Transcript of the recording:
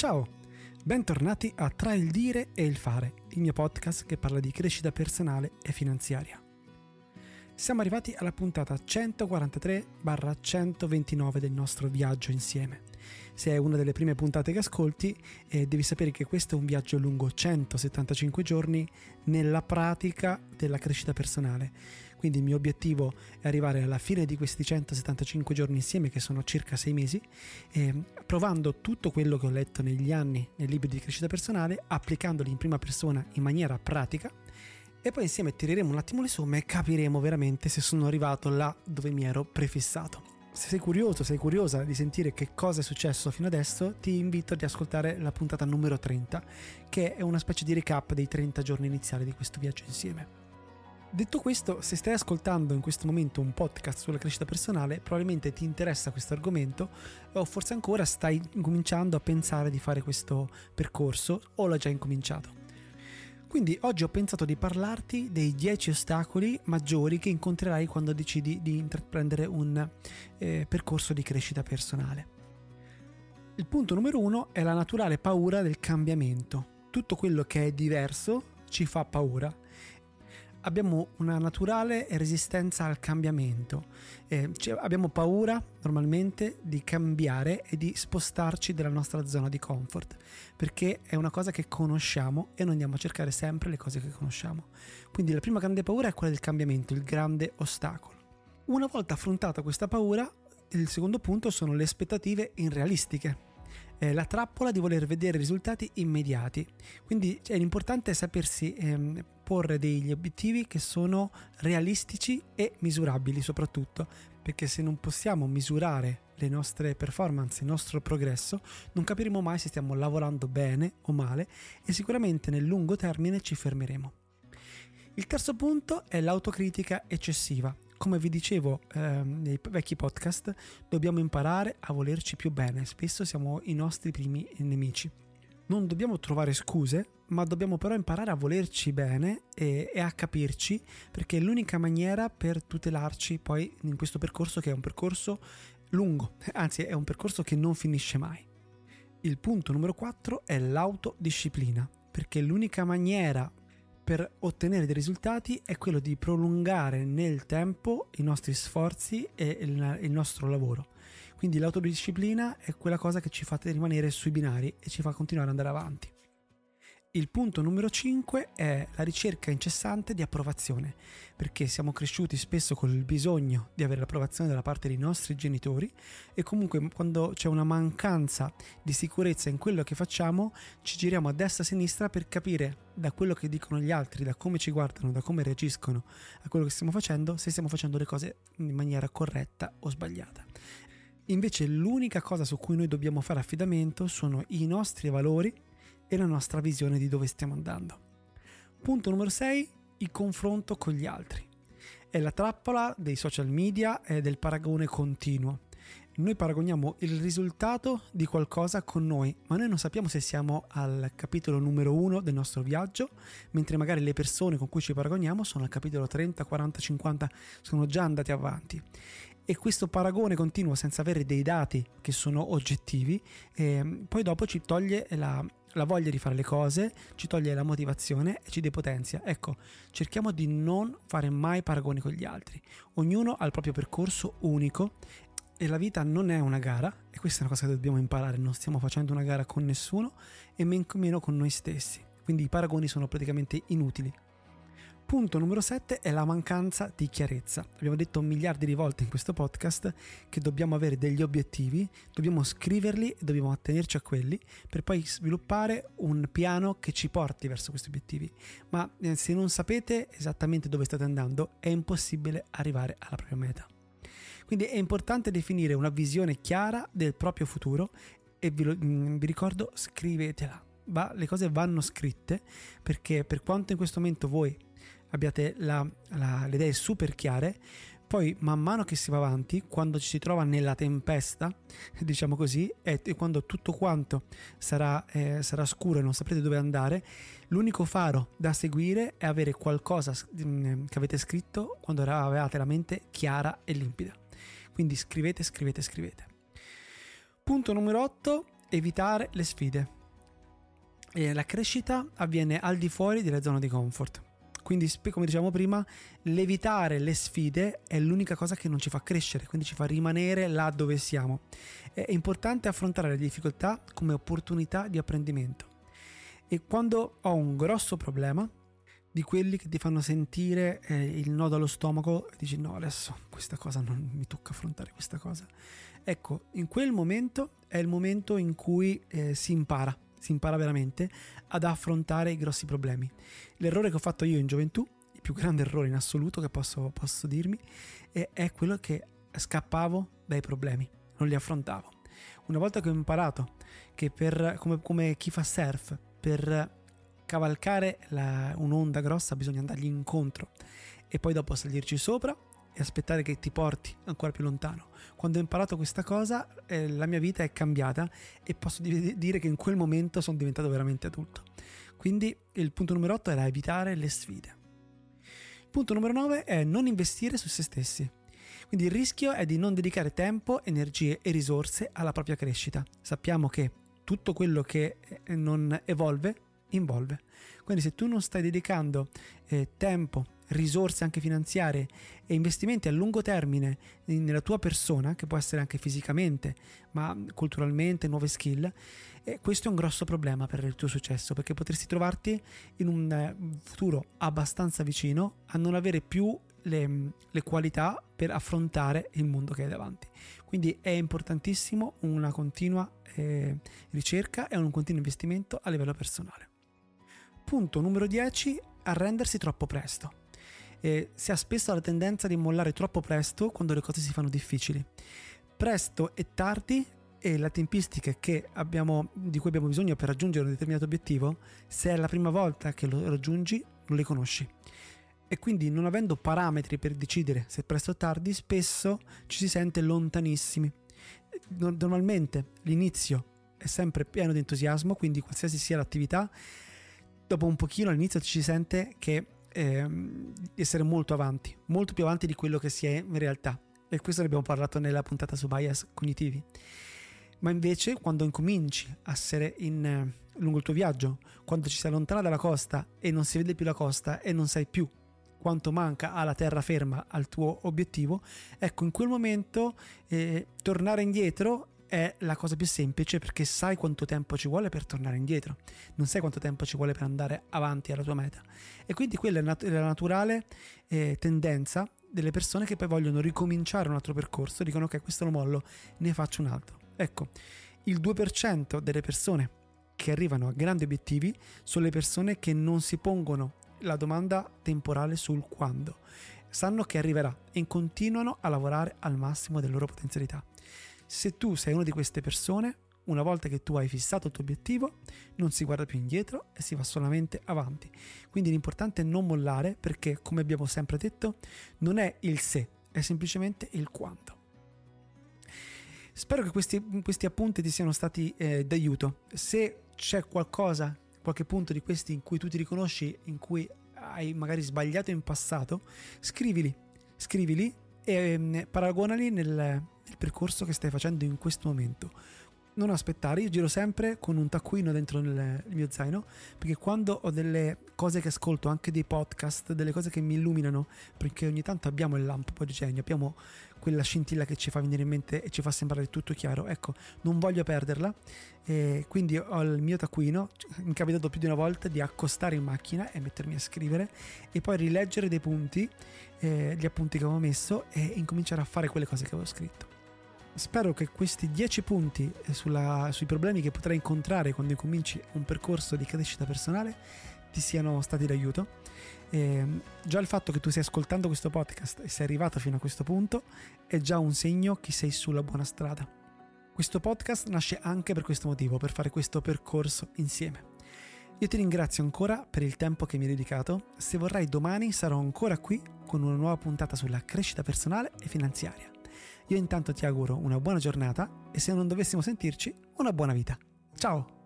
Ciao, bentornati a Tra il dire e il fare, il mio podcast che parla di crescita personale e finanziaria. Siamo arrivati alla puntata 143/129 del nostro viaggio insieme. Se è una delle prime puntate che ascolti, devi sapere che questo è un viaggio lungo 175 giorni nella pratica della crescita personale. Quindi il mio obiettivo è arrivare alla fine di questi 175 giorni insieme, che sono circa 6 mesi, provando tutto quello che ho letto negli anni nei libri di crescita personale, applicandoli in prima persona in maniera pratica, e poi insieme tireremo un attimo le somme e capiremo veramente se sono arrivato là dove mi ero prefissato. Se sei curioso, sei curiosa di sentire che cosa è successo fino adesso, ti invito ad ascoltare la puntata numero 30, che è una specie di recap dei 30 giorni iniziali di questo viaggio insieme. Detto questo, se stai ascoltando in questo momento un podcast sulla crescita personale, probabilmente ti interessa questo argomento, o forse ancora stai incominciando a pensare di fare questo percorso o l'hai già incominciato. Quindi oggi ho pensato di parlarti dei 10 ostacoli maggiori che incontrerai quando decidi di intraprendere un percorso di crescita personale. Il punto numero 1 è la naturale paura del cambiamento. Tutto quello che è diverso ci fa paura. Abbiamo una naturale resistenza al cambiamento, abbiamo paura normalmente di cambiare e di spostarci dalla nostra zona di comfort, perché è una cosa che conosciamo e noi andiamo a cercare sempre le cose che conosciamo. Quindi la prima grande paura è quella del cambiamento, il grande ostacolo. Una volta affrontata questa paura, il secondo punto sono le aspettative irrealistiche. La trappola di voler vedere risultati immediati. Quindi è importante sapersi porre degli obiettivi che sono realistici e misurabili, soprattutto perché se non possiamo misurare le nostre performance, il nostro progresso, non capiremo mai se stiamo lavorando bene o male e sicuramente nel lungo termine ci fermeremo. Il terzo punto è l'autocritica eccessiva. Come vi dicevo nei vecchi podcast, dobbiamo imparare a volerci più bene. Spesso siamo i nostri primi nemici. Non dobbiamo trovare scuse, ma dobbiamo però imparare a volerci bene e a capirci, perché è l'unica maniera per tutelarci poi in questo percorso, che è un percorso lungo, anzi è un percorso che non finisce mai. Il punto numero 4 è l'autodisciplina, perché l'unica maniera per ottenere dei risultati è quello di prolungare nel tempo i nostri sforzi e il nostro lavoro. Quindi l'autodisciplina è quella cosa che ci fa rimanere sui binari e ci fa continuare ad andare avanti. Il punto numero 5 è la ricerca incessante di approvazione, perché siamo cresciuti spesso con il bisogno di avere l'approvazione da parte dei nostri genitori e comunque quando c'è una mancanza di sicurezza in quello che facciamo ci giriamo a destra e a sinistra per capire da quello che dicono gli altri, da come ci guardano, da come reagiscono a quello che stiamo facendo, se stiamo facendo le cose in maniera corretta o sbagliata. Invece l'unica cosa su cui noi dobbiamo fare affidamento sono i nostri valori e la nostra visione di dove stiamo andando. Punto numero 6, il confronto con gli altri. È la trappola dei social media e del paragone continuo. Noi paragoniamo il risultato di qualcosa con noi, ma noi non sappiamo se siamo al capitolo numero 1 del nostro viaggio, mentre magari le persone con cui ci paragoniamo sono al capitolo 30, 40, 50, sono già andati avanti. E questo paragone continuo senza avere dei dati che sono oggettivi, poi dopo ci toglie la voglia di fare le cose, ci toglie la motivazione e ci depotenzia. Ecco, cerchiamo di non fare mai paragoni con gli altri. Ognuno ha il proprio percorso unico e la vita non è una gara, e questa è una cosa che dobbiamo imparare. Non stiamo facendo una gara con nessuno e men meno con noi stessi, quindi i paragoni sono praticamente inutili. Punto numero 7 è la mancanza di chiarezza. Abbiamo detto miliardi di volte in questo podcast che dobbiamo avere degli obiettivi, dobbiamo scriverli e dobbiamo attenerci a quelli per poi sviluppare un piano che ci porti verso questi obiettivi. Ma se non sapete esattamente dove state andando, è impossibile arrivare alla propria meta. Quindi è importante definire una visione chiara del proprio futuro e vi ricordo, scrivetela. Le cose vanno scritte, perché per quanto in questo momento voi abbiate le idee super chiare, poi man mano che si va avanti, quando ci si trova nella tempesta, diciamo così, e quando tutto quanto sarà scuro e non saprete dove andare, l'unico faro da seguire è avere qualcosa che avete scritto quando avevate la mente chiara e limpida. Quindi scrivete. Punto numero 8 evitare le sfide. La crescita avviene al di fuori della zona di comfort. Quindi, come dicevamo prima, l'evitare le sfide è l'unica cosa che non ci fa crescere, quindi ci fa rimanere là dove siamo. È importante affrontare le difficoltà come opportunità di apprendimento. E quando ho un grosso problema, di quelli che ti fanno sentire il nodo allo stomaco e dici no, adesso questa cosa non mi tocca affrontare questa cosa, ecco, in quel momento è il momento in cui si impara veramente ad affrontare i grossi problemi. L'errore che ho fatto io in gioventù, il più grande errore in assoluto che posso dirmi, è quello che scappavo dai problemi, non li affrontavo. Una volta che ho imparato che come chi fa surf, per cavalcare un'onda grossa bisogna andargli incontro e poi dopo salirci sopra e aspettare che ti porti ancora più lontano. Quando ho imparato questa cosa, la mia vita è cambiata e posso dire che in quel momento sono diventato veramente adulto. Quindi il punto numero 8 era evitare le sfide. Il punto numero 9 è non investire su se stessi. Quindi il rischio è di non dedicare tempo, energie e risorse alla propria crescita. Sappiamo che tutto quello che non evolve involve. Quindi se tu non stai dedicando tempo, risorse anche finanziarie e investimenti a lungo termine nella tua persona, che può essere anche fisicamente ma culturalmente, nuove skill, questo è un grosso problema per il tuo successo, perché potresti trovarti in un futuro abbastanza vicino a non avere più le qualità per affrontare il mondo che hai davanti. Quindi è importantissimo una continua ricerca e un continuo investimento a livello personale. Punto numero 10, arrendersi troppo presto. Si ha spesso la tendenza di mollare troppo presto quando le cose si fanno difficili. Presto e tardi e la tempistica di cui abbiamo bisogno per raggiungere un determinato obiettivo, se è la prima volta che lo raggiungi, non li conosci. E quindi, non avendo parametri per decidere se presto o tardi, spesso ci si sente lontanissimi. Normalmente l'inizio è sempre pieno di entusiasmo, quindi qualsiasi sia l'attività, dopo un pochino all'inizio ci si sente che essere molto avanti, molto più avanti di quello che si è in realtà, e questo ne abbiamo parlato nella puntata su bias cognitivi. Ma invece quando incominci a essere lungo il tuo viaggio, quando ci sei lontana dalla costa e non si vede più la costa e non sai più quanto manca alla terraferma al tuo obiettivo, ecco, in quel momento tornare indietro è la cosa più semplice, perché sai quanto tempo ci vuole per tornare indietro, non sai quanto tempo ci vuole per andare avanti alla tua meta. E quindi quella è la naturale tendenza delle persone che poi vogliono ricominciare un altro percorso, dicono ok, questo lo mollo, ne faccio un altro. Ecco, il 2% delle persone che arrivano a grandi obiettivi sono le persone che non si pongono la domanda temporale sul quando, sanno che arriverà e continuano a lavorare al massimo delle loro potenzialità. Se tu sei una di queste persone, una volta che tu hai fissato il tuo obiettivo, non si guarda più indietro e si va solamente avanti. Quindi l'importante è non mollare, perché, come abbiamo sempre detto, non è il se, è semplicemente il quando. Spero che questi appunti ti siano stati d'aiuto. Se c'è qualche punto di questi in cui tu ti riconosci, in cui hai magari sbagliato in passato, scrivili e paragonali nel percorso che stai facendo in questo momento. Non aspettare, io giro sempre con un taccuino dentro il mio zaino, perché quando ho delle cose che ascolto, anche dei podcast, delle cose che mi illuminano, perché ogni tanto abbiamo il lampo di genio, abbiamo quella scintilla che ci fa venire in mente e ci fa sembrare tutto chiaro, ecco, non voglio perderla, e quindi ho il mio taccuino. Mi è capitato più di una volta di accostare in macchina e mettermi a scrivere e poi rileggere dei punti, gli appunti che avevo messo, e incominciare a fare quelle cose che avevo scritto. Spero che questi 10 punti sui problemi che potrai incontrare quando incominci un percorso di crescita personale ti siano stati d'aiuto. Già il fatto che tu stia ascoltando questo podcast e sei arrivato fino a questo punto è già un segno che sei sulla buona strada. Questo podcast nasce anche per questo motivo, per fare questo percorso insieme. Io ti ringrazio ancora per il tempo che mi hai dedicato. Se vorrai, domani sarò ancora qui con una nuova puntata sulla crescita personale e finanziaria. Io intanto ti auguro una buona giornata e, se non dovessimo sentirci, una buona vita. Ciao!